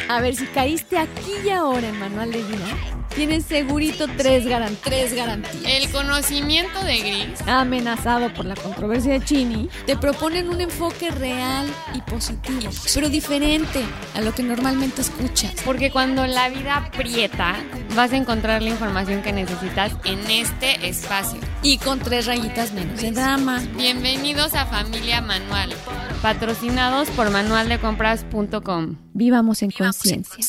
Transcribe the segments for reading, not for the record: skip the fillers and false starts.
A ver, si caíste aquí y ahora en Manual de Vida, tienes segurito tres garantías. El conocimiento de Gris, Amenazado por la controversia de Chini, te proponen un enfoque real y positivo, pero diferente a lo que normalmente escuchas. porque cuando la vida aprieta, vas a encontrar la información que necesitas en este espacio. Y con 3 rayitas menos de drama. Bienvenidos a Familia Manual, patrocinados por manualdecompras.com. Vivamos en conciencia.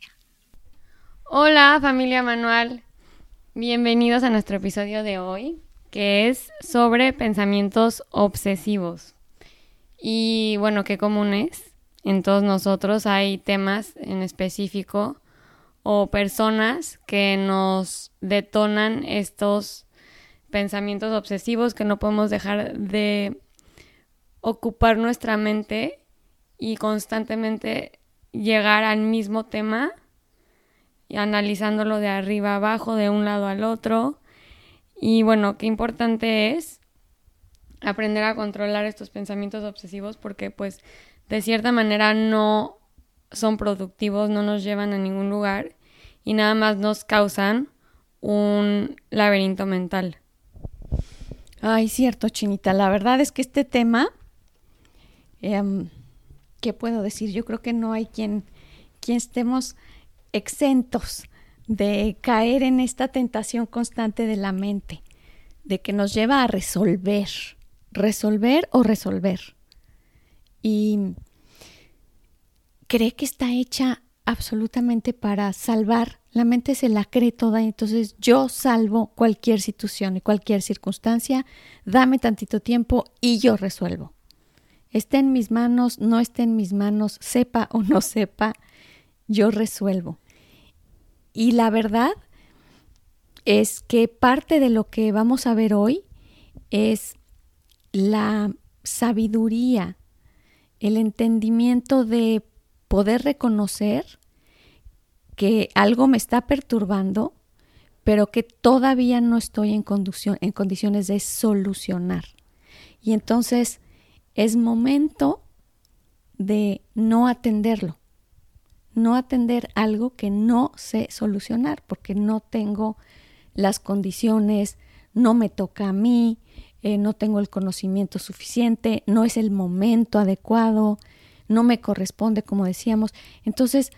Hola familia Manual, bienvenidos a nuestro episodio de hoy, que es sobre pensamientos obsesivos. Y bueno, qué común es, en todos nosotros hay temas en específico o personas que nos detonan estos pensamientos obsesivos que no podemos dejar de ocupar nuestra mente y constantemente llegar al mismo tema y analizándolo de arriba a abajo, de un lado al otro. Y bueno, qué importante es aprender a controlar estos pensamientos obsesivos porque pues de cierta manera no son productivos, no nos llevan a ningún lugar y nada más nos causan un laberinto mental. Ay, cierto, Chinita. La verdad es que este tema, ¿qué puedo decir? Yo creo que no hay quien estemos exentos de caer en esta tentación constante de la mente, de que nos lleva a resolver. Y cree que está hecha absolutamente para salvar. La mente se la cree toda, entonces yo salvo cualquier situación y cualquier circunstancia, dame tantito tiempo y yo resuelvo. Esté en mis manos, no esté en mis manos, sepa o no sepa, yo resuelvo. Y la verdad es que parte de lo que vamos a ver hoy es la sabiduría, el entendimiento de poder reconocer que algo me está perturbando, pero que todavía no estoy en condiciones de solucionar. Y entonces es momento de no atenderlo. No atender algo que no sé solucionar porque no tengo las condiciones, no me toca a mí, no tengo el conocimiento suficiente, no es el momento adecuado, no me corresponde, como decíamos. Entonces,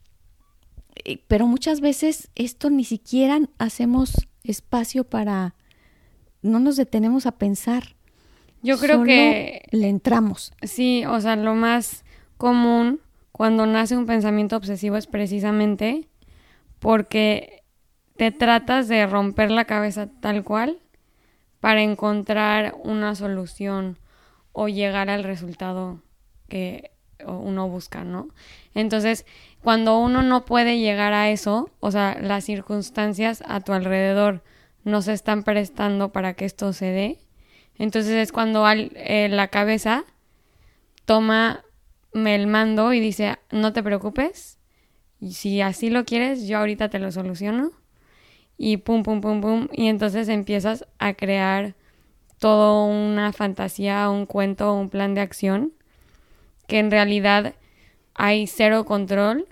pero muchas veces esto ni siquiera hacemos espacio para, no nos detenemos a pensar. Yo creo Solo que le entramos. sí, o sea, lo más común cuando nace un pensamiento obsesivo es precisamente porque te tratas de romper la cabeza tal cual para encontrar una solución o llegar al resultado que uno busca, ¿no? Entonces, cuando uno no puede llegar a eso, o sea, las circunstancias a tu alrededor no se están prestando para que esto se dé, entonces es cuando la cabeza toma el mando y dice, no te preocupes, y si así lo quieres, yo ahorita te lo soluciono, y pum, pum, pum, pum, y entonces empiezas a crear toda una fantasía, un cuento, un plan de acción, que en realidad hay cero control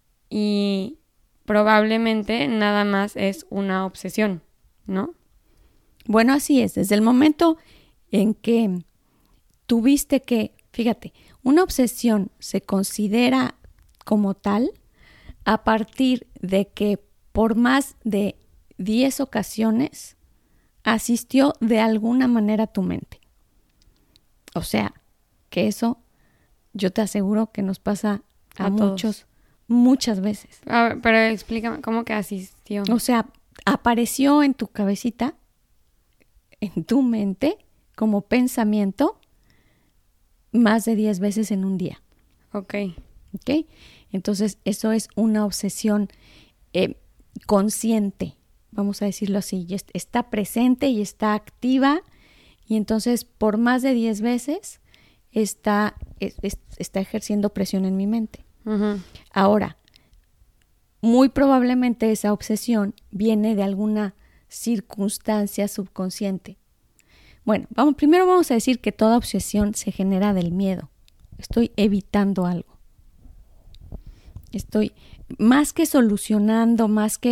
y probablemente nada más es una obsesión, ¿no? Bueno, así es. Desde el momento en que tuviste que, fíjate, una obsesión se considera como tal a partir de que por más de 10 ocasiones asistió de alguna manera a tu mente. O sea, que eso yo te aseguro que nos pasa a muchos, muchas veces. A ver, pero explícame, ¿cómo que asistió? O sea, apareció en tu cabecita, en tu mente, como pensamiento más de 10 veces en un día. Ok. ¿Ok? Entonces, eso es una obsesión consciente, vamos a decirlo así. Y está presente y está activa y entonces por más de 10 veces está ejerciendo presión en mi mente. Uh-huh. Ahora, muy probablemente esa obsesión viene de alguna circunstancia subconsciente. Bueno, primero vamos a decir que toda obsesión se genera del miedo. Estoy evitando algo. Estoy más que solucionando,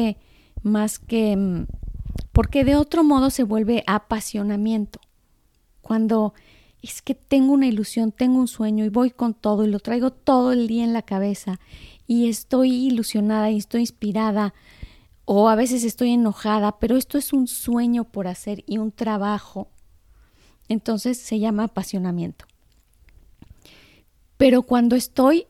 porque de otro modo se vuelve apasionamiento. Cuando es que tengo una ilusión, tengo un sueño y voy con todo y lo traigo todo el día en la cabeza y estoy ilusionada y estoy inspirada o a veces estoy enojada, pero esto es un sueño por hacer y un trabajo. Entonces se llama apasionamiento. Pero cuando estoy,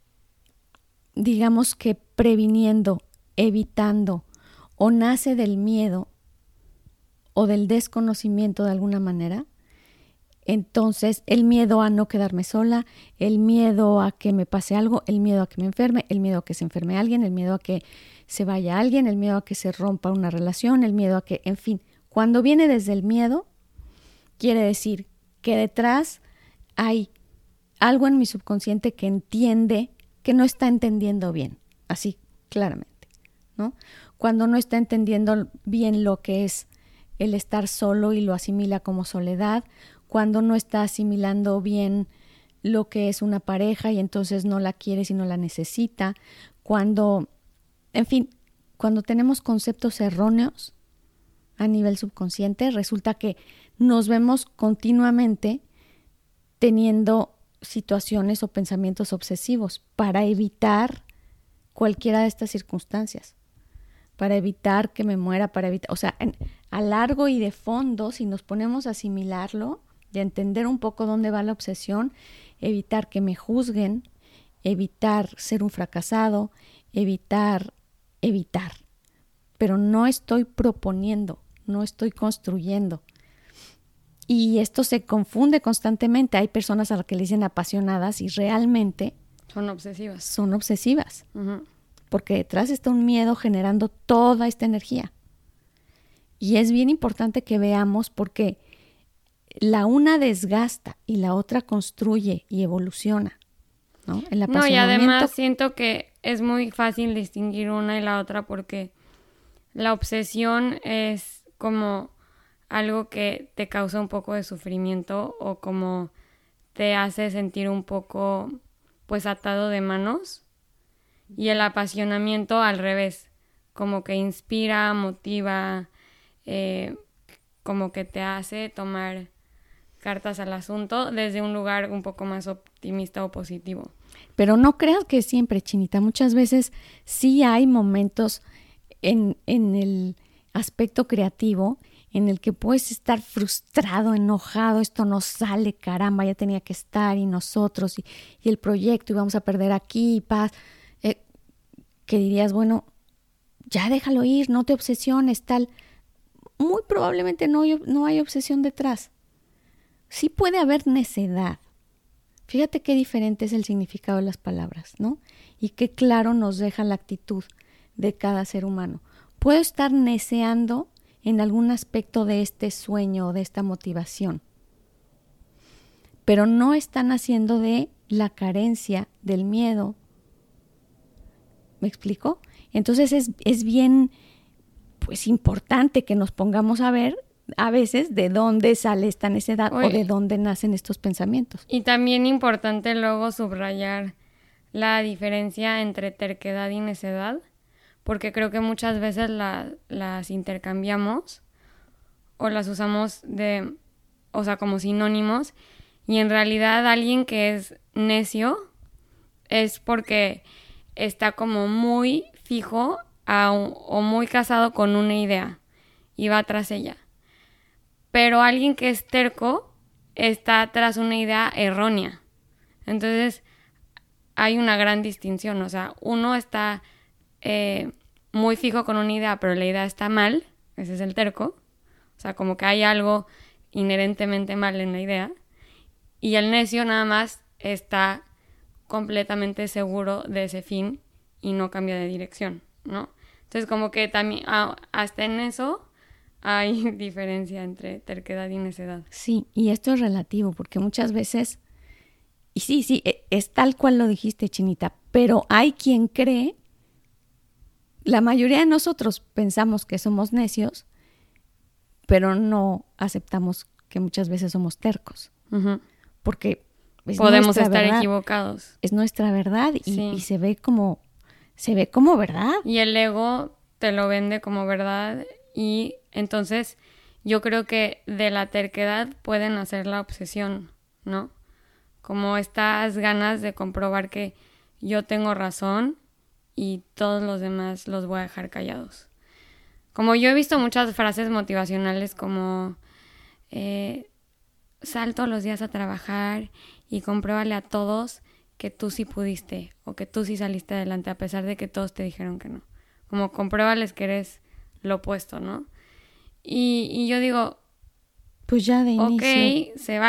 digamos que previniendo, evitando, o nace del miedo o del desconocimiento de alguna manera, entonces el miedo a no quedarme sola, el miedo a que me pase algo, el miedo a que me enferme, el miedo a que se enferme alguien, el miedo a que se vaya alguien, el miedo a que se rompa una relación, el miedo a que, en fin, cuando viene desde el miedo, quiere decir que detrás hay algo en mi subconsciente que entiende que no está entendiendo bien, así claramente, ¿no? Cuando no está entendiendo bien lo que es el estar solo y lo asimila como soledad, cuando no está asimilando bien lo que es una pareja y entonces no la quiere si no la necesita, cuando, en fin, cuando tenemos conceptos erróneos a nivel subconsciente, resulta que nos vemos continuamente teniendo situaciones o pensamientos obsesivos para evitar cualquiera de estas circunstancias, para evitar que me muera, para evitar, o sea, a largo y de fondo, si nos ponemos a asimilarlo y a entender un poco dónde va la obsesión, evitar que me juzguen, evitar ser un fracasado, evitar, pero no estoy proponiendo, no estoy construyendo. Y esto se confunde constantemente. Hay personas a las que le dicen apasionadas y realmente son obsesivas. Son obsesivas. Uh-huh. Porque detrás está un miedo generando toda esta energía. Y es bien importante que veamos porque la una desgasta y la otra construye y evoluciona, ¿no? El apasionamiento... No, y además siento que es muy fácil distinguir una y la otra porque la obsesión es como algo que te causa un poco de sufrimiento o como te hace sentir un poco pues atado de manos, y el apasionamiento al revés, como que inspira, motiva, como que te hace tomar cartas al asunto desde un lugar un poco más optimista o positivo. Pero no creas que siempre, Chinita, muchas veces sí hay momentos en el aspecto creativo en el que puedes estar frustrado, enojado, esto no sale, caramba, ya tenía que estar, y nosotros, y el proyecto, y vamos a perder aquí, y paz, que dirías, bueno, ya déjalo ir, no te obsesiones, tal. Muy probablemente no hay obsesión detrás. Sí puede haber necedad. Fíjate qué diferente es el significado de las palabras, ¿no? Y qué claro nos deja la actitud de cada ser humano. Puedo estar neceando en algún aspecto de este sueño o de esta motivación, pero no están haciendo de la carencia, del miedo. ¿Me explico? Entonces es bien pues importante que nos pongamos a ver a veces de dónde sale esta necedad o de dónde nacen estos pensamientos. Y también importante luego subrayar la diferencia entre terquedad y necedad, porque creo que muchas veces las intercambiamos o las usamos como sinónimos, y en realidad alguien que es necio es porque está como muy fijo o muy casado con una idea y va tras ella. Pero alguien que es terco está tras una idea errónea. Entonces hay una gran distinción. O sea, uno está muy fijo con una idea, pero la idea está mal. Ese es el terco. O sea, como que hay algo inherentemente mal en la idea. Y el necio nada más está completamente seguro de ese fin y no cambia de dirección, ¿no? Entonces como que también hasta en eso hay diferencia entre terquedad y necedad. Sí, y esto es relativo porque muchas veces, y sí, es tal cual lo dijiste, Chinita, pero hay quien cree, la mayoría de nosotros pensamos que somos necios, pero no aceptamos que muchas veces somos tercos, uh-huh. Porque podemos estar verdad, equivocados. es nuestra verdad y se ve como se ve como verdad. Y el ego te lo vende como verdad y entonces yo creo que de la terquedad pueden hacer la obsesión, ¿no? Como estas ganas de comprobar que yo tengo razón y todos los demás los voy a dejar callados. Como yo he visto muchas frases motivacionales como sal todos los días a trabajar y compruébale a todos que tú sí pudiste o que tú sí saliste adelante a pesar de que todos te dijeron que no. Como compruébales que eres lo opuesto, ¿no? Y yo digo, pues ya de inicio. Ok, se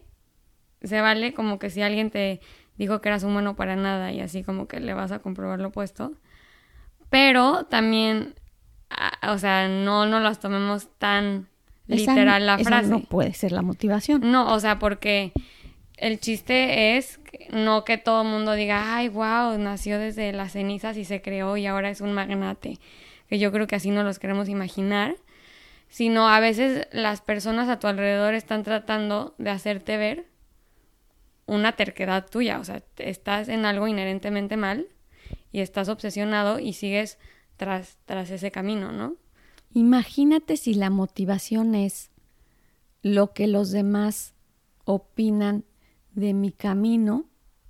vale como que si alguien te dijo que eras un bueno para nada y así como que le vas a comprobar lo opuesto, pero también, o sea, no las tomemos tan literal la frase. Esa no puede ser la motivación. No, o sea, porque el chiste es no que todo el mundo diga, ay, wow, nació desde las cenizas y se creó y ahora es un magnate, que yo creo que así no los queremos imaginar, sino a veces las personas a tu alrededor están tratando de hacerte ver una terquedad tuya, o sea, estás en algo inherentemente mal y estás obsesionado y sigues tras ese camino, ¿no? Imagínate si la motivación es lo que los demás opinan de mi camino.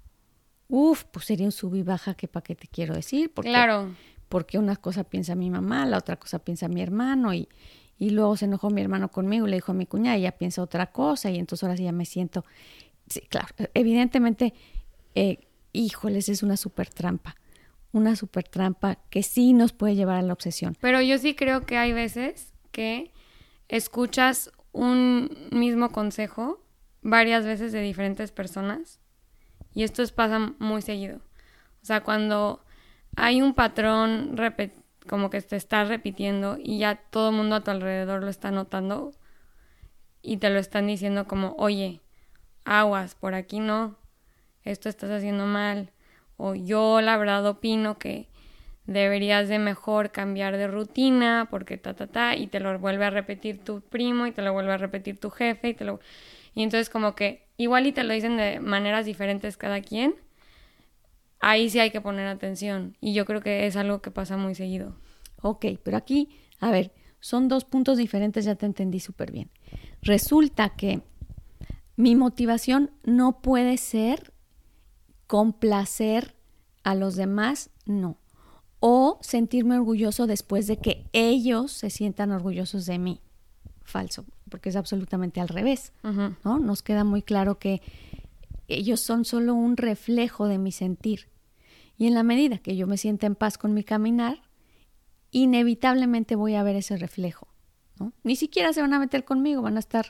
Pues sería un sub y baja que para qué te quiero decir. Claro. Porque una cosa piensa mi mamá, la otra cosa piensa mi hermano y luego se enojó mi hermano conmigo, le dijo a mi cuñada y ella piensa otra cosa y entonces ahora sí ya me siento... Sí, claro, evidentemente, híjoles, es una súper trampa que sí nos puede llevar a la obsesión. Pero yo sí creo que hay veces que escuchas un mismo consejo varias veces de diferentes personas y esto pasa muy seguido. O sea, cuando hay un patrón como que te estás repitiendo y ya todo el mundo a tu alrededor lo está notando y te lo están diciendo como, oye, aguas, por aquí no, esto estás haciendo mal, o yo la verdad opino que deberías de mejor cambiar de rutina porque y te lo vuelve a repetir tu primo y te lo vuelve a repetir tu jefe y entonces como que igual y te lo dicen de maneras diferentes cada quien, ahí sí hay que poner atención y yo creo que es algo que pasa muy seguido. Ok, pero aquí, a ver, son 2 puntos diferentes, ya te entendí súper bien. Resulta que mi motivación no puede ser complacer a los demás, no. O sentirme orgulloso después de que ellos se sientan orgullosos de mí. Falso, porque es absolutamente al revés, ¿no? Nos queda muy claro que ellos son solo un reflejo de mi sentir. Y en la medida que yo me sienta en paz con mi caminar, inevitablemente voy a ver ese reflejo, ¿no? Ni siquiera se van a meter conmigo, van a estar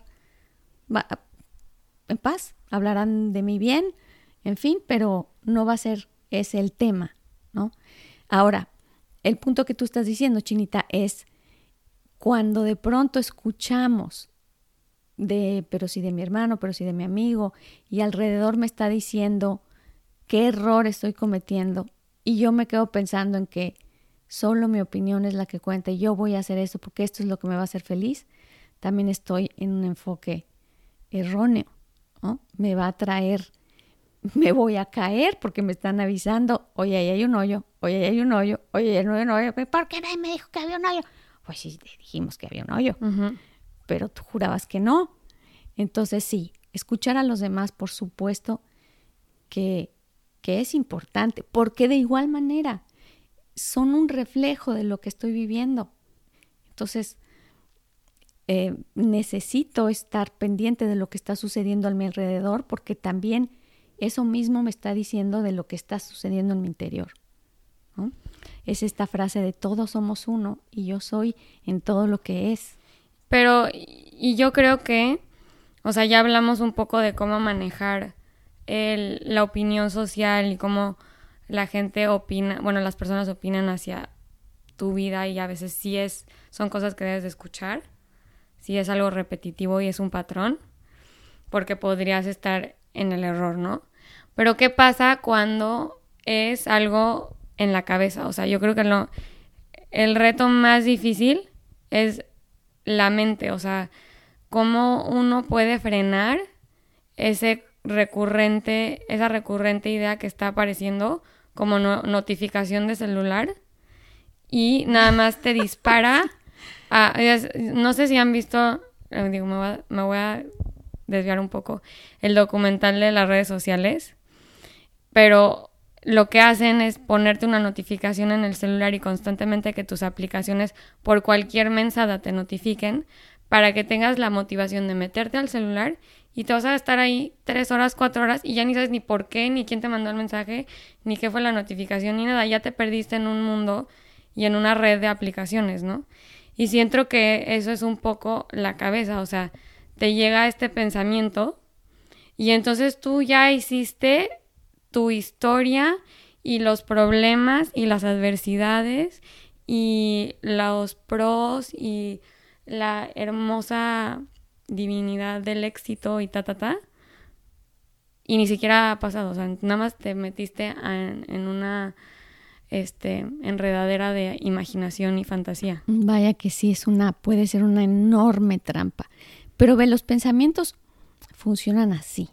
en paz, hablarán de mi bien, en fin, pero no va a ser ese el tema, ¿no? Ahora, el punto que tú estás diciendo, Chinita, es cuando de pronto escuchamos pero si de mi hermano, pero si de mi amigo, y alrededor me está diciendo qué error estoy cometiendo, y yo me quedo pensando en que solo mi opinión es la que cuenta y yo voy a hacer esto porque esto es lo que me va a hacer feliz, también estoy en un enfoque erróneo, ¿no? Me voy a caer porque me están avisando, oye, ahí hay un hoyo, oye, ahí hay un hoyo, oye, ahí hay un hoyo, ¿por qué nadie me dijo que había un hoyo? Pues sí, dijimos que había un hoyo, pero tú jurabas que no. Entonces sí, escuchar a los demás, por supuesto que es importante, porque de igual manera son un reflejo de lo que estoy viviendo. Entonces, necesito estar pendiente de lo que está sucediendo a mi alrededor porque también eso mismo me está diciendo de lo que está sucediendo en mi interior, ¿no? Es esta frase de todos somos uno y yo soy en todo lo que es. Pero, y yo creo que, o sea, ya hablamos un poco de cómo manejar la opinión social y cómo la gente opina, bueno, las personas opinan hacia tu vida y a veces son cosas que debes de escuchar, si es algo repetitivo y es un patrón, porque podrías estar en el error, ¿no? Pero ¿qué pasa cuando es algo en la cabeza? O sea, yo creo que el reto más difícil es la mente, o sea, cómo uno puede frenar esa recurrente idea que está apareciendo como notificación de celular y nada más te dispara. No sé si han visto, me voy a desviar un poco, el documental de las redes sociales, pero lo que hacen es ponerte una notificación en el celular y constantemente que tus aplicaciones por cualquier mensada te notifiquen para que tengas la motivación de meterte al celular y te vas a estar ahí 3 horas, 4 horas y ya ni sabes ni por qué, ni quién te mandó el mensaje, ni qué fue la notificación, ni nada. Ya te perdiste en un mundo y en una red de aplicaciones, ¿no? Y siento que eso es un poco la cabeza, o sea, te llega este pensamiento y entonces tú ya hiciste tu historia y los problemas y las adversidades y los pros y la hermosa divinidad del éxito y y ni siquiera ha pasado, o sea, nada más te metiste en una enredadera de imaginación y fantasía. Vaya que sí, puede ser una enorme trampa. Pero ve, los pensamientos funcionan así.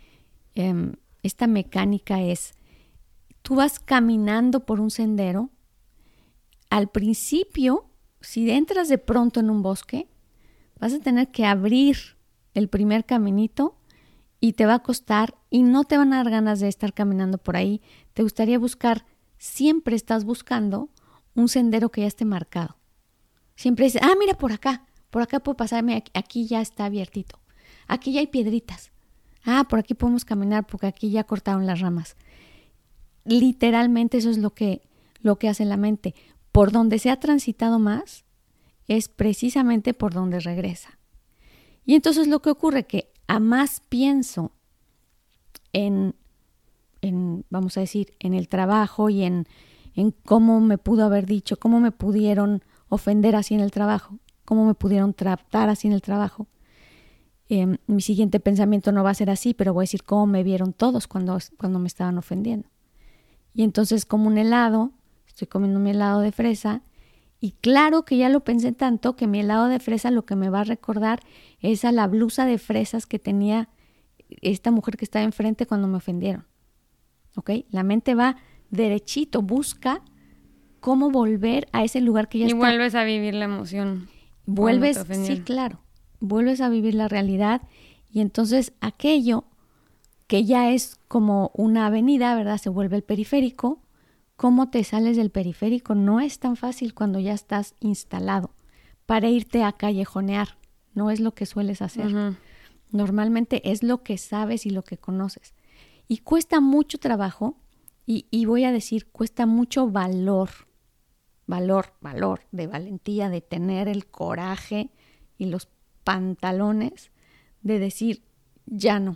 Esta mecánica es, tú vas caminando por un sendero, al principio, si entras de pronto en un bosque, vas a tener que abrir el primer caminito y te va a costar y no te van a dar ganas de estar caminando por ahí. Te gustaría siempre estás buscando un sendero que ya esté marcado. Siempre dices, mira por acá puedo pasarme, aquí ya está abiertito, aquí ya hay piedritas. Por aquí podemos caminar porque aquí ya cortaron las ramas. Literalmente eso es lo que hace la mente. Por donde se ha transitado más es precisamente por donde regresa. Y entonces lo que ocurre que a más pienso en vamos a decir, en el trabajo y en cómo me pudo haber dicho, cómo me pudieron ofender así en el trabajo, cómo me pudieron tratar así en el trabajo. Mi siguiente pensamiento no va a ser así, pero voy a decir cómo me vieron todos cuando me estaban ofendiendo. Y entonces como un helado, estoy comiendo mi helado de fresa y claro que ya lo pensé tanto que mi helado de fresa lo que me va a recordar es a la blusa de fresas que tenía esta mujer que estaba enfrente cuando me ofendieron. ¿Ok? La mente va derechito, busca cómo volver a ese lugar que ya está. Y vuelves a vivir la emoción. Sí, claro. Vuelves a vivir la realidad y entonces aquello que ya es como una avenida, ¿verdad? Se vuelve el periférico. ¿Cómo te sales del periférico? No es tan fácil cuando ya estás instalado para irte a callejonear. No es lo que sueles hacer. Uh-huh. Normalmente es lo que sabes y lo que conoces. Y cuesta mucho trabajo y voy a decir, cuesta mucho valor de valentía, de tener el coraje y los pantalones de decir, ya no.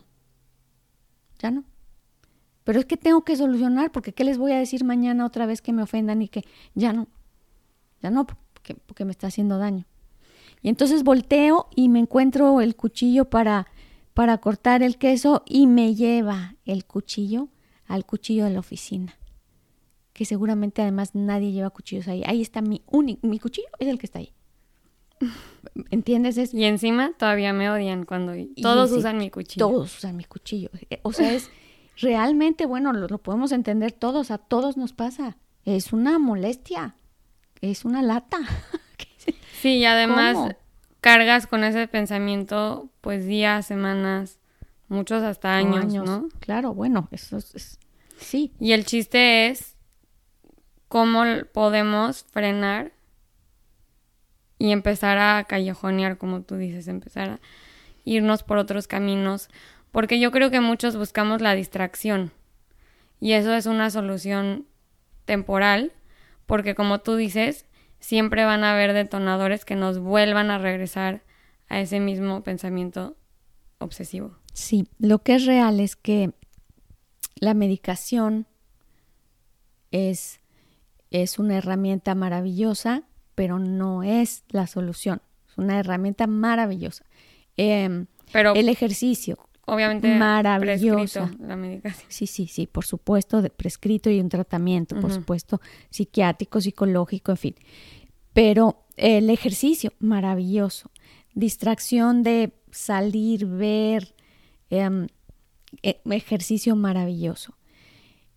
Pero es que tengo que solucionar porque ¿qué les voy a decir mañana otra vez que me ofendan y que ya no, porque me está haciendo daño? Y entonces volteo y me encuentro el cuchillo para cortar el queso y me lleva el cuchillo al cuchillo de la oficina. Que seguramente además nadie lleva cuchillos ahí. Ahí está mi cuchillo, es el que está ahí. ¿Entiendes? Y encima todavía me odian cuando todos usan mi cuchillo. Todos usan mi cuchillo. O sea, es realmente, bueno, lo podemos entender todos, a todos nos pasa. Es una molestia, es una lata. Sí, y además ¿cómo? Cargas con ese pensamiento pues días, semanas, muchos hasta años, ¿no? Claro, bueno, eso es sí. Y el chiste es cómo podemos frenar y empezar a callejonear, como tú dices, empezar a irnos por otros caminos, porque yo creo que muchos buscamos la distracción y eso es una solución temporal, porque como tú dices, siempre van a haber detonadores que nos vuelvan a regresar a ese mismo pensamiento obsesivo. Sí, lo que es real es que la medicación es una herramienta maravillosa, pero no es la solución. Es una herramienta maravillosa. Pero el ejercicio, obviamente maravilloso. Prescrito la medicación. Sí, por supuesto, prescrito y un tratamiento, por supuesto, psiquiátrico, psicológico, en fin. Pero el ejercicio, maravilloso. Distracción de salir, ver, ejercicio maravilloso.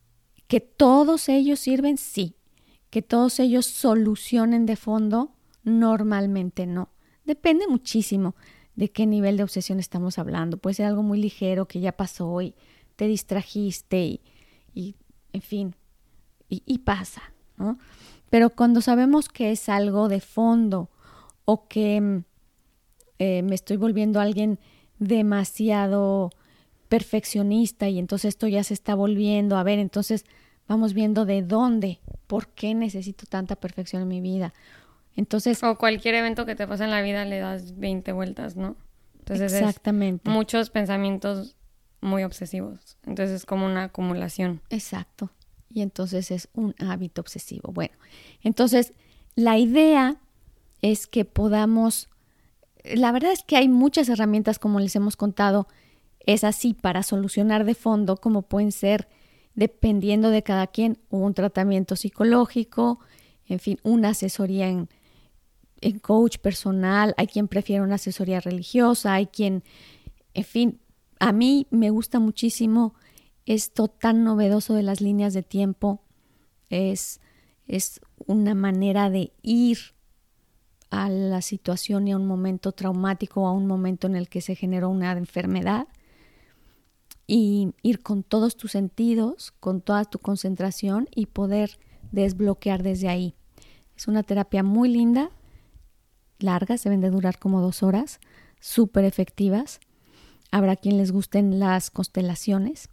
¿Que todos ellos sirven? Sí. ¿Que todos ellos solucionen de fondo? Normalmente no. Depende muchísimo de qué nivel de obsesión estamos hablando. Puede ser algo muy ligero que ya pasó y te distrajiste y en fin, y pasa, ¿no? Pero cuando sabemos que es algo de fondo o que me estoy volviendo alguien demasiado perfeccionista y entonces esto ya se está volviendo, a ver, entonces vamos viendo de dónde, por qué necesito tanta perfección en mi vida. Entonces, o cualquier evento que te pasa en la vida le das 20 vueltas, ¿no? Entonces exactamente. Es muchos pensamientos muy obsesivos. Entonces es como una acumulación. Exacto. Y entonces es un hábito obsesivo. Bueno, entonces la idea es que podamos, la verdad es que hay muchas herramientas, como les hemos contado, es así para solucionar de fondo, como pueden ser, dependiendo de cada quien, un tratamiento psicológico, en fin, una asesoría en coach personal, hay quien prefiere una asesoría religiosa, hay quien, en fin, a mí me gusta muchísimo esto tan novedoso de las líneas de tiempo, es una manera de ir a la situación y a un momento traumático o a un momento en el que se generó una enfermedad y ir con todos tus sentidos, con toda tu concentración y poder desbloquear desde ahí. Es una terapia muy linda, largas, deben de durar como 2 horas, súper efectivas. Habrá quien les gusten las constelaciones.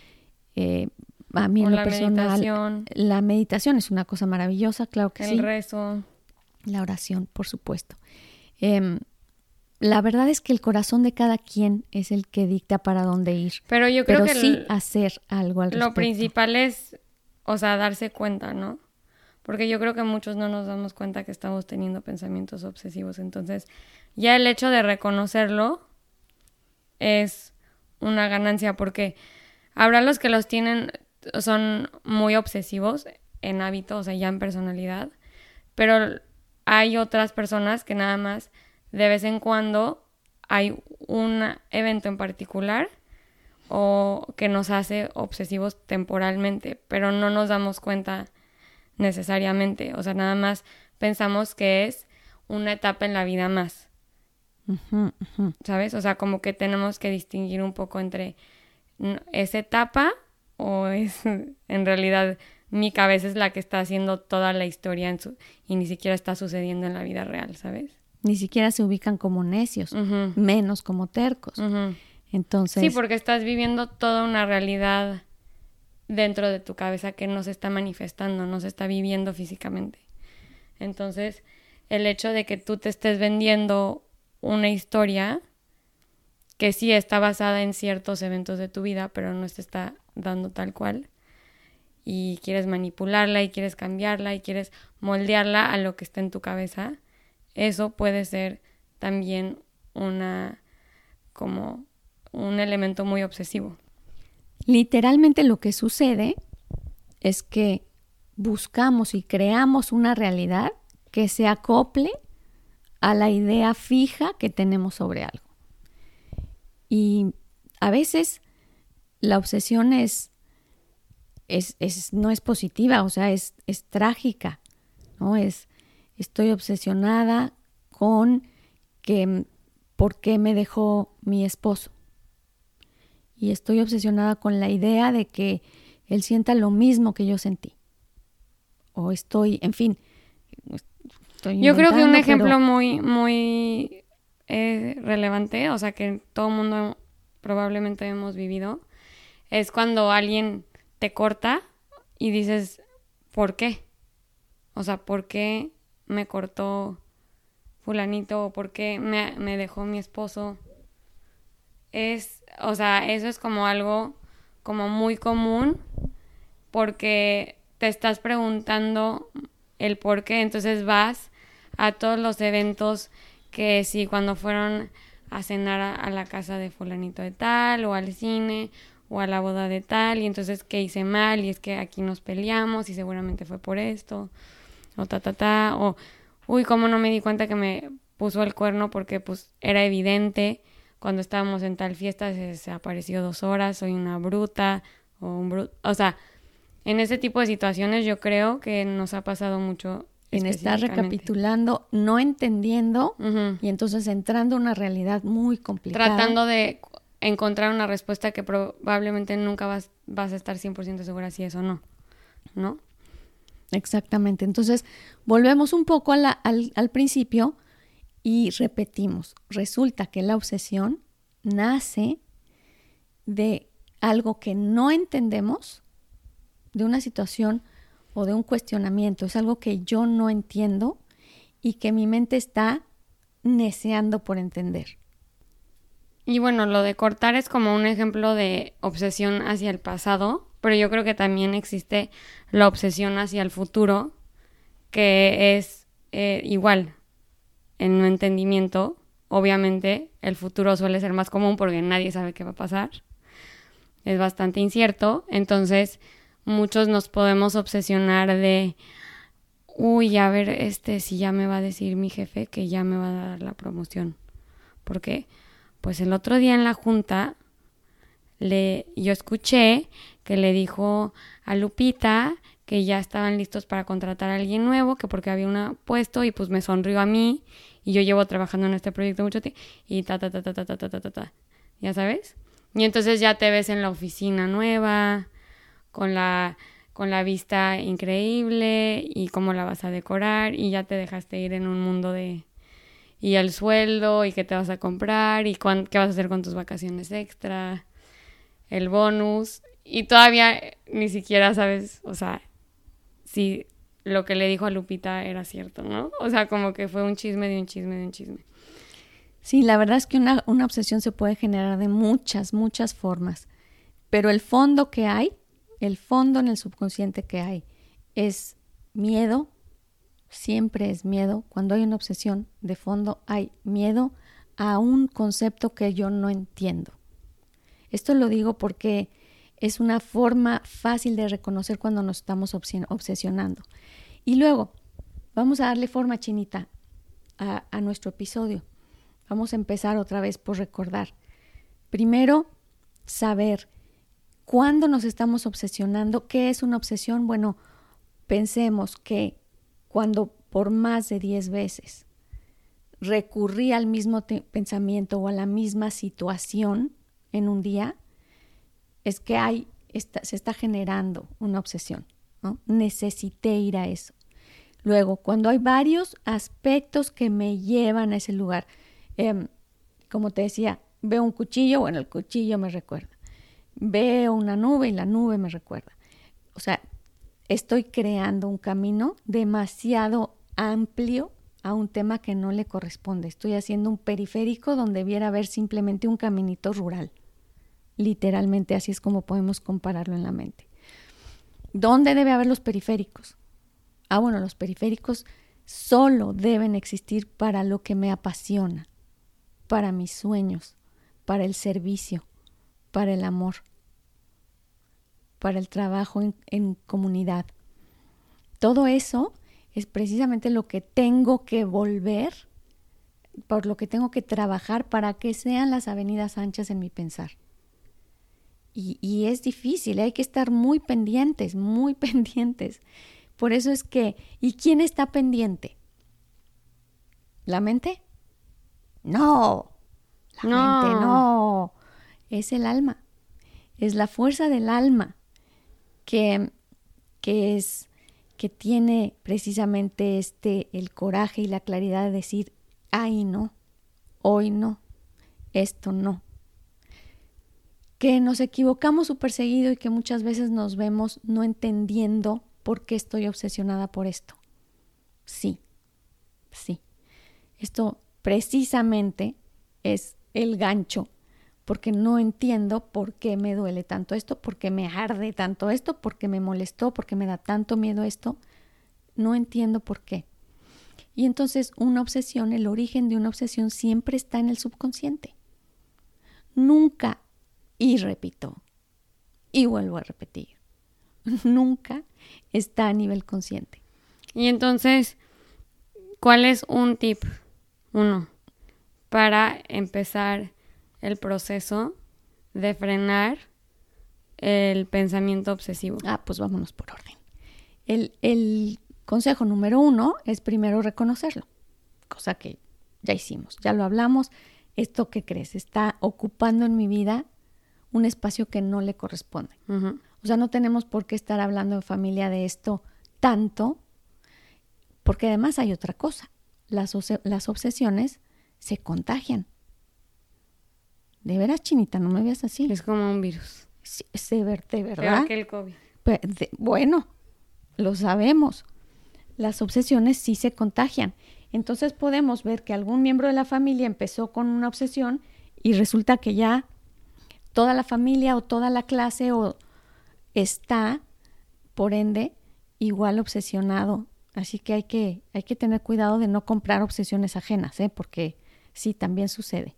A mí en lo personal, la meditación es una cosa maravillosa, claro que sí. El rezo. La oración, por supuesto. La verdad es que el corazón de cada quien es el que dicta para dónde ir. Pero yo creo que sí hacer algo al respecto. Lo principal es, o sea, darse cuenta, ¿no? Porque yo creo que muchos no nos damos cuenta que estamos teniendo pensamientos obsesivos. Entonces, ya el hecho de reconocerlo es una ganancia, porque habrá los que los tienen, son muy obsesivos en hábito, o sea, ya en personalidad, pero hay otras personas que nada más de vez en cuando hay un evento en particular o que nos hace obsesivos temporalmente, pero no nos damos cuenta necesariamente, o sea, nada más pensamos que es una etapa en la vida más. ¿Sabes? O sea, como que tenemos que distinguir un poco entre esa etapa o es en realidad mi cabeza es la que está haciendo toda la historia y ni siquiera está sucediendo en la vida real, ¿sabes? Ni siquiera se ubican como necios, menos como tercos. Entonces, sí, porque estás viviendo toda una realidad dentro de tu cabeza que no se está manifestando, no se está viviendo físicamente. Entonces, el hecho de que tú te estés vendiendo una historia que sí está basada en ciertos eventos de tu vida, pero no se está dando tal cual, y quieres manipularla y quieres cambiarla y quieres moldearla a lo que está en tu cabeza, eso puede ser también como un elemento muy obsesivo. Literalmente lo que sucede es que buscamos y creamos una realidad que se acople a la idea fija que tenemos sobre algo. Y a veces la obsesión no es positiva, o sea, es trágica, ¿no? Estoy obsesionada con por qué me dejó mi esposo. Y estoy obsesionada con la idea de que él sienta lo mismo que yo sentí. O en fin, estoy yo creo que un ejemplo muy relevante, o sea, que todo el mundo probablemente hemos vivido, es cuando alguien te corta y dices, ¿por qué? O sea, ¿por qué me cortó fulanito? ¿O por qué me dejó mi esposo? O sea, eso es como algo como muy común porque te estás preguntando el por qué, entonces vas a todos los eventos que sí, cuando fueron a cenar a la casa de fulanito de tal, o al cine, o a la boda de tal, y entonces ¿qué hice mal? Y es que aquí nos peleamos y seguramente fue por esto, o o uy, cómo no me di cuenta que me puso el cuerno porque pues era evidente cuando estábamos en tal fiesta, se apareció 2 horas, soy una bruta, o un bruto, o sea, en ese tipo de situaciones yo creo que nos ha pasado mucho. En estar recapitulando, no entendiendo y entonces entrando a una realidad muy complicada. Tratando de encontrar una respuesta que probablemente nunca vas a estar 100% segura si es o no, ¿no? Exactamente. Entonces, volvemos un poco al principio y repetimos. Resulta que la obsesión nace de algo que no entendemos, de una situación o de un cuestionamiento. Es algo que yo no entiendo y que mi mente está neceando por entender. Y bueno, lo de cortar es como un ejemplo de obsesión hacia el pasado, pero yo creo que también existe la obsesión hacia el futuro, que es igual en no entendimiento. Obviamente el futuro suele ser más común porque nadie sabe qué va a pasar. Es bastante incierto, entonces muchos nos podemos obsesionar de, uy, a ver, si ya me va a decir mi jefe que ya me va a dar la promoción. ¿Por qué? Pues el otro día en la junta yo escuché que le dijo a Lupita que ya estaban listos para contratar a alguien nuevo, que porque había un puesto y pues me sonrió a mí y yo llevo trabajando en este proyecto mucho tiempo y ¿ya sabes? Y entonces ya te ves en la oficina nueva, con la vista increíble y cómo la vas a decorar y ya te dejaste ir en un mundo de... y el sueldo y qué te vas a comprar y qué vas a hacer con tus vacaciones extra, el bonus y todavía ni siquiera sabes, o sea, si lo que le dijo a Lupita era cierto, ¿no? O sea, como que fue un chisme de un chisme de un chisme. Sí, la verdad es que una obsesión se puede generar de muchas, muchas formas, pero el fondo que hay, el fondo en el subconsciente que hay, es miedo, siempre es miedo. Cuando hay una obsesión de fondo hay miedo a un concepto que yo no entiendo. Esto lo digo porque es una forma fácil de reconocer cuando nos estamos obsesionando. Y luego, vamos a darle forma, Chinita, a nuestro episodio. Vamos a empezar otra vez por recordar. Primero, saber cuándo nos estamos obsesionando. ¿Qué es una obsesión? Bueno, pensemos que cuando por más de 10 veces recurrí al mismo pensamiento o a la misma situación en un día, es que se está generando una obsesión, ¿no? Necesité ir a eso. Luego, cuando hay varios aspectos que me llevan a ese lugar, como te decía, veo un cuchillo, bueno, el cuchillo me recuerda. Veo una nube y la nube me recuerda. O sea, estoy creando un camino demasiado amplio a un tema que no le corresponde. Estoy haciendo un periférico donde debiera haber simplemente un caminito rural. Literalmente, así es como podemos compararlo en la mente. ¿Dónde debe haber los periféricos? Bueno, los periféricos solo deben existir para lo que me apasiona, para mis sueños, para el servicio, para el amor, para el trabajo en comunidad. Todo eso es precisamente lo que tengo que volver, por lo que tengo que trabajar para que sean las avenidas anchas en mi pensar. Y es difícil, hay que estar muy pendientes, muy pendientes. Por eso es que, ¿y quién está pendiente? ¿La mente? No, la mente no, es el alma, es la fuerza del alma que tiene precisamente el coraje y la claridad de decir, ay no, hoy no, esto no. Que nos equivocamos súper seguido y que muchas veces nos vemos no entendiendo por qué estoy obsesionada por esto. Sí. Esto precisamente es el gancho, porque no entiendo por qué me duele tanto esto, por qué me arde tanto esto, por qué me molestó, por qué me da tanto miedo esto. No entiendo por qué. Y entonces una obsesión, el origen de una obsesión siempre está en el subconsciente. Nunca, y repito, y vuelvo a repetir, nunca está a nivel consciente. Y entonces, ¿cuál es un tip? Uno, para empezar el proceso de frenar el pensamiento obsesivo? Pues vámonos por orden. El consejo número 1 es primero reconocerlo, cosa que ya hicimos, ya lo hablamos. ¿Esto qué crees? Está ocupando en mi vida un espacio que no le corresponde. Uh-huh. O sea, no tenemos por qué estar hablando en familia de esto tanto, porque además hay otra cosa. Las obsesiones se contagian. De veras, Chinita, no me veas así. Es como un virus. Sí, de verdad. Peor que el COVID. Bueno, lo sabemos. Las obsesiones sí se contagian. Entonces podemos ver que algún miembro de la familia empezó con una obsesión y resulta que ya toda la familia o toda la clase está, por ende, igual obsesionado. Así que hay que tener cuidado de no comprar obsesiones ajenas, porque sí, también sucede.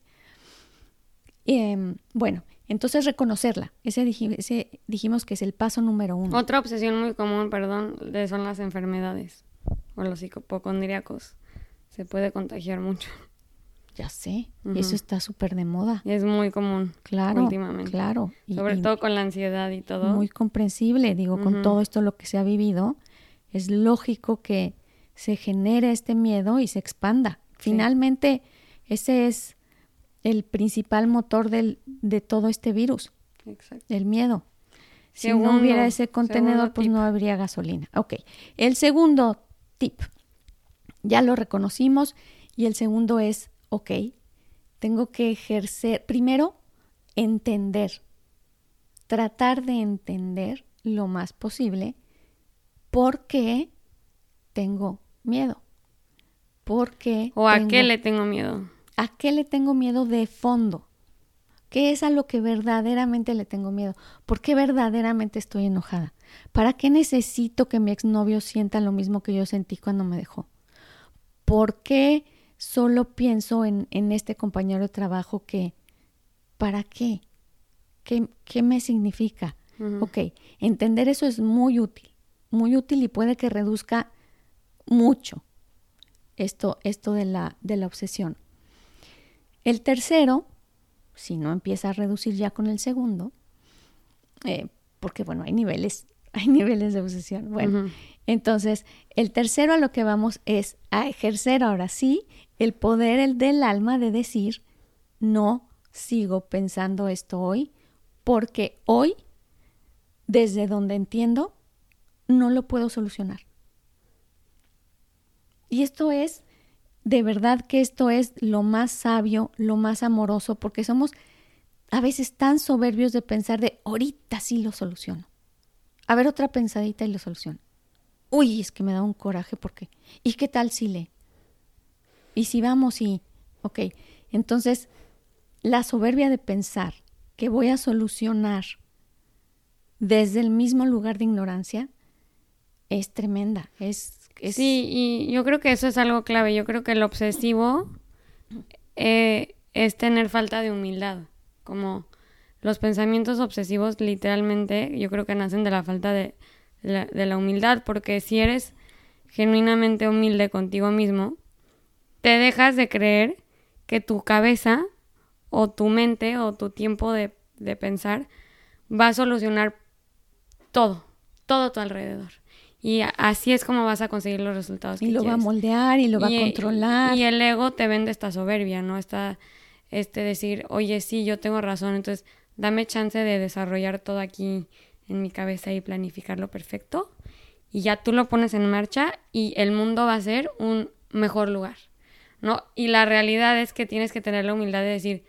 Bueno, entonces reconocerla. Ese dijimos que es el paso número 1. Otra obsesión muy común, son las enfermedades o los hipocondríacos. Se puede contagiar mucho. Ya sé, Uh-huh. Eso está súper de moda. Es muy común últimamente. Claro. Sobre todo con la ansiedad y todo. Muy comprensible, Uh-huh. Con todo esto lo que se ha vivido, es lógico que se genere este miedo y se expanda. Finalmente, ese es el principal motor de todo este virus. Exacto. El miedo. Si no hubiera ese contenedor, pues no habría gasolina. Ok. El segundo tip, ya lo reconocimos, y el segundo es, tengo que ejercer, primero, entender, tratar de entender lo más posible por qué tengo miedo. ¿A qué le tengo miedo? ¿A qué le tengo miedo de fondo? ¿Qué es a lo que verdaderamente le tengo miedo? ¿Por qué verdaderamente estoy enojada? ¿Para qué necesito que mi exnovio sienta lo mismo que yo sentí cuando me dejó? ¿Por qué solo pienso en este compañero de trabajo ¿para qué? ¿Qué me significa? Uh-huh. Entender eso es muy útil y puede que reduzca mucho esto de la obsesión. El tercero, si no empieza a reducir ya con el segundo, porque bueno, hay niveles de obsesión. Bueno, uh-huh. Entonces, el tercero a lo que vamos es a ejercer ahora sí el poder del alma de decir, no sigo pensando esto hoy, porque hoy, desde donde entiendo, no lo puedo solucionar. Y esto es, de verdad que esto es lo más sabio, lo más amoroso, porque somos a veces tan soberbios de pensar de ahorita sí lo soluciono. A ver, otra pensadita y lo soluciono. Uy, es que me da un coraje porque, ¿y qué tal si le? Y si vamos y, entonces la soberbia de pensar que voy a solucionar desde el mismo lugar de ignorancia es tremenda. Sí, y yo creo que eso es algo clave. Yo creo que el obsesivo es tener falta de humildad. Como los pensamientos obsesivos literalmente yo creo que nacen de la falta de la humildad, porque si eres genuinamente humilde contigo mismo, te dejas de creer que tu cabeza o tu mente o tu tiempo de pensar va a solucionar todo a tu alrededor. Y así es como vas a conseguir los resultados que quieres. Y lo va a moldear y lo va a controlar. Y el ego te vende esta soberbia, ¿no? Decir, oye, sí, yo tengo razón, entonces dame chance de desarrollar todo aquí en mi cabeza y planificarlo perfecto. Y ya tú lo pones en marcha y el mundo va a ser un mejor lugar, ¿no? Y la realidad es que tienes que tener la humildad de decir,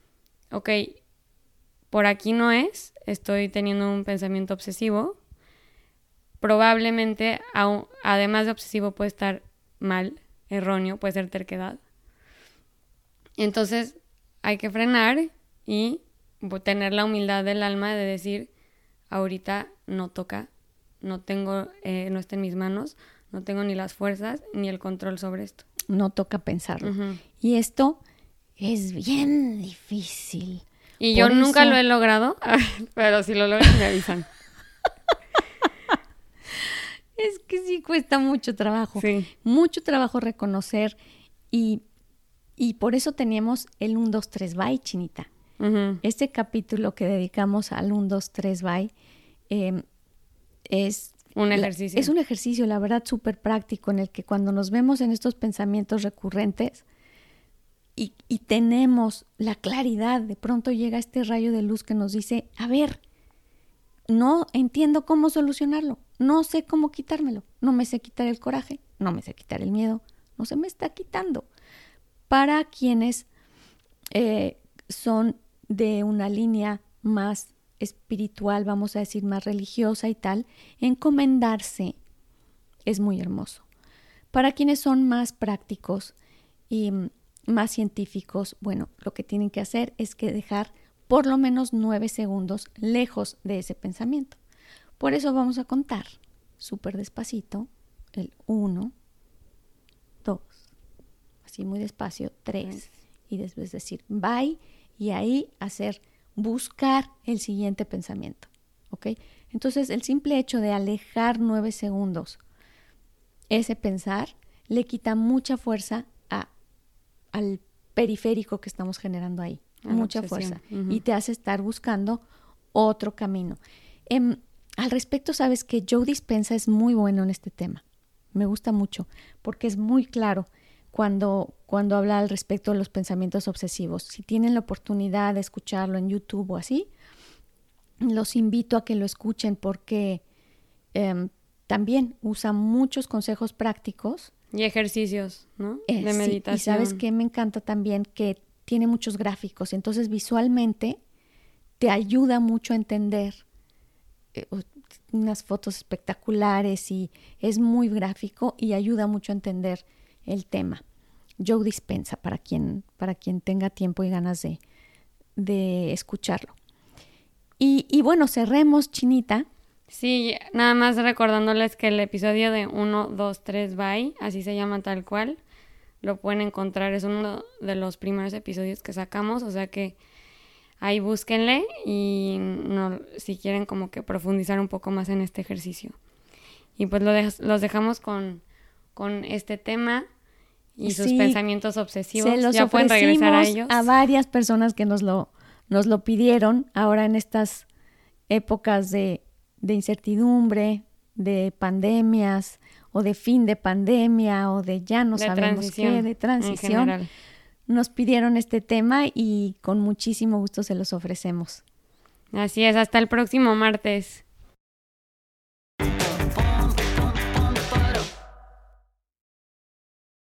por aquí no es, estoy teniendo un pensamiento obsesivo. Probablemente, además de obsesivo, puede estar mal, erróneo, puede ser terquedad. Entonces, hay que frenar y tener la humildad del alma de decir, ahorita no toca, no está en mis manos, no tengo ni las fuerzas ni el control sobre esto. No toca pensarlo. Uh-huh. Y esto es bien difícil. Y yo nunca lo he logrado, pero si lo logran me avisan. Es que sí cuesta mucho trabajo. Sí. Mucho trabajo reconocer y por eso teníamos el 1, 2, 3, bye, Chinita. Este capítulo que dedicamos al 1, 2, 3, bye, es un ejercicio. Es un ejercicio, la verdad, súper práctico, en el que cuando nos vemos en estos pensamientos recurrentes y tenemos la claridad, de pronto llega este rayo de luz que nos dice, a ver, no entiendo cómo solucionarlo, no sé cómo quitármelo, no me sé quitar el coraje, no me sé quitar el miedo, no se me está quitando. Para quienes son de una línea más espiritual, vamos a decir más religiosa y tal, encomendarse es muy hermoso. Para quienes son más prácticos y más científicos, bueno, lo que tienen que hacer es que dejar por lo menos 9 segundos lejos de ese pensamiento. Por eso vamos a contar súper despacito, el 1, 2, así muy despacio, 3, y después decir bye, y ahí buscar el siguiente pensamiento, ¿ok? Entonces, el simple hecho de alejar 9 segundos ese pensar le quita mucha fuerza al periférico que estamos generando ahí, mucha fuerza, y te hace estar buscando otro camino. Al respecto, sabes que Joe Dispenza es muy bueno en este tema, me gusta mucho, porque es muy claro cuando habla al respecto de los pensamientos obsesivos. Si tienen la oportunidad de escucharlo en YouTube o así, los invito a que lo escuchen, porque también usa muchos consejos prácticos. Y ejercicios, ¿no? De meditación. Sí, y sabes que me encanta también que tiene muchos gráficos, entonces visualmente te ayuda mucho a entender unas fotos espectaculares, y es muy gráfico y ayuda mucho a entender el tema. Joe Dispenza, para quien tenga tiempo y ganas de escucharlo. Y bueno, cerremos, Chinita. Sí, nada más recordándoles que el episodio de 1, 2, 3, bye, así se llama tal cual, lo pueden encontrar, es uno de los primeros episodios que sacamos, o sea que ahí búsquenle y si quieren como que profundizar un poco más en este ejercicio. Y pues los dejamos con este tema y sus pensamientos obsesivos. Ya pueden regresar a ellos. A varias personas que nos lo pidieron ahora en estas épocas de incertidumbre, de pandemias, o de fin de pandemia, o de ya no sabemos qué, de transición. Nos pidieron este tema y con muchísimo gusto se los ofrecemos. Así es, hasta el próximo martes.